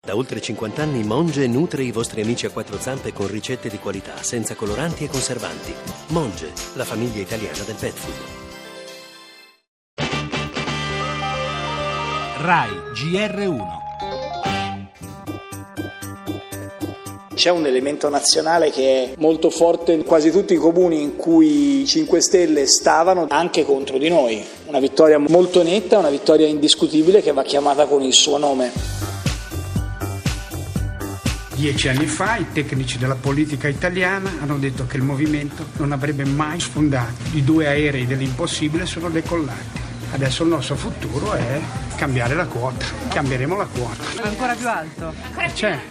Da oltre 50 anni Monge nutre i vostri amici a quattro zampe con ricette di qualità, senza coloranti e conservanti. Monge, la famiglia italiana del pet food. Rai GR1. C'è un elemento nazionale che è molto forte in quasi tutti i comuni in cui i 5 Stelle stavano, anche contro di noi. Una vittoria molto netta, una vittoria indiscutibile che va chiamata con il suo nome. 10 anni fa i tecnici della politica italiana hanno detto che il movimento non avrebbe mai sfondato. I 2 aerei dell'impossibile sono decollati. Adesso il nostro futuro è cambiare la quota. Cambieremo la quota. Ancora più alto? C'è.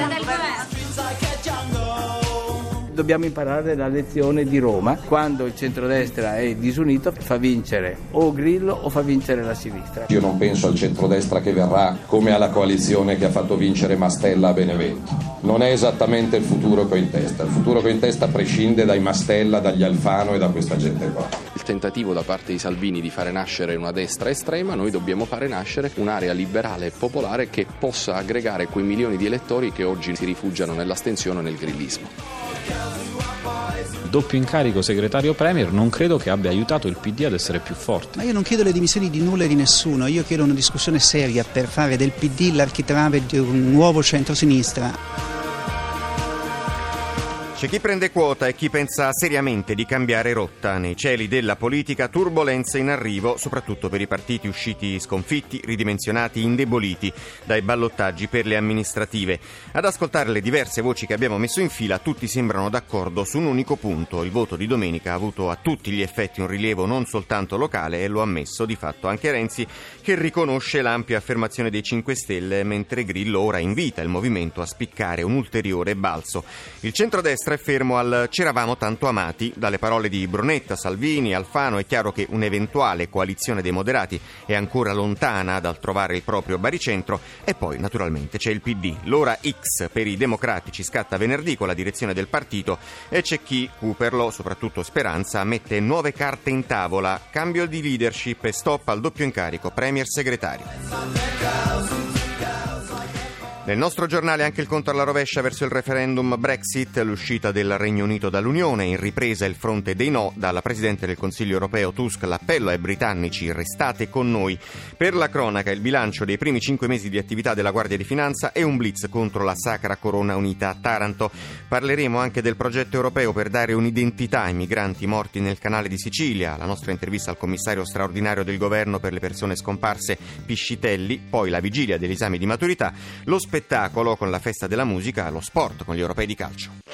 Dobbiamo imparare la lezione di Roma. Quando il centrodestra è disunito fa vincere o Grillo o fa vincere la sinistra. Io non penso al centrodestra che verrà come alla coalizione che ha fatto vincere Mastella a Benevento. Non è esattamente il futuro che ho in testa. Il futuro che ho in testa prescinde dai Mastella, dagli Alfano e da questa gente qua. Il tentativo da parte di Salvini di fare nascere una destra estrema, noi dobbiamo fare nascere un'area liberale e popolare che possa aggregare quei milioni di elettori che oggi si rifugiano nell'astensione e nel grillismo. Il doppio incarico segretario premier non credo che abbia aiutato il PD ad essere più forte. Ma io non chiedo le dimissioni di nulla e di nessuno, io chiedo una discussione seria per fare del PD l'architrave di un nuovo centrosinistra. C'è chi prende quota e chi pensa seriamente di cambiare rotta. Nei cieli della politica turbolenze in arrivo, soprattutto per i partiti usciti sconfitti, ridimensionati, indeboliti dai ballottaggi per le amministrative. Ad ascoltare le diverse voci che abbiamo messo in fila, tutti sembrano d'accordo su un unico punto. Il voto di domenica ha avuto a tutti gli effetti un rilievo non soltanto locale, e lo ha ammesso di fatto anche Renzi, che riconosce l'ampia affermazione dei 5 Stelle, mentre Grillo ora invita il movimento a spiccare un ulteriore balzo. Il centrodestra è fermo al "c'eravamo tanto amati". Dalle parole di Brunetta, Salvini, Alfano è chiaro che un'eventuale coalizione dei moderati è ancora lontana dal trovare il proprio baricentro, e poi naturalmente c'è il PD. L'ora X per i democratici scatta venerdì con la direzione del partito, e c'è chi, Cooperlo, soprattutto Speranza, mette nuove carte in tavola: cambio di leadership e stop al doppio incarico premier segretario. Nel nostro giornale anche il conto alla rovescia verso il referendum Brexit, l'uscita del Regno Unito dall'Unione, in ripresa il fronte dei no, dalla Presidente del Consiglio europeo Tusk l'appello ai britannici: restate con noi. Per la cronaca il bilancio dei primi 5 mesi di attività della Guardia di Finanza e un blitz contro la Sacra Corona Unita a Taranto. Parleremo anche del progetto europeo per dare un'identità ai migranti morti nel canale di Sicilia, la nostra intervista al commissario straordinario del governo per le persone scomparse Piscitelli, poi la vigilia degli esami di maturità, lo spettacolo con la festa della musica, lo sport con gli europei di calcio.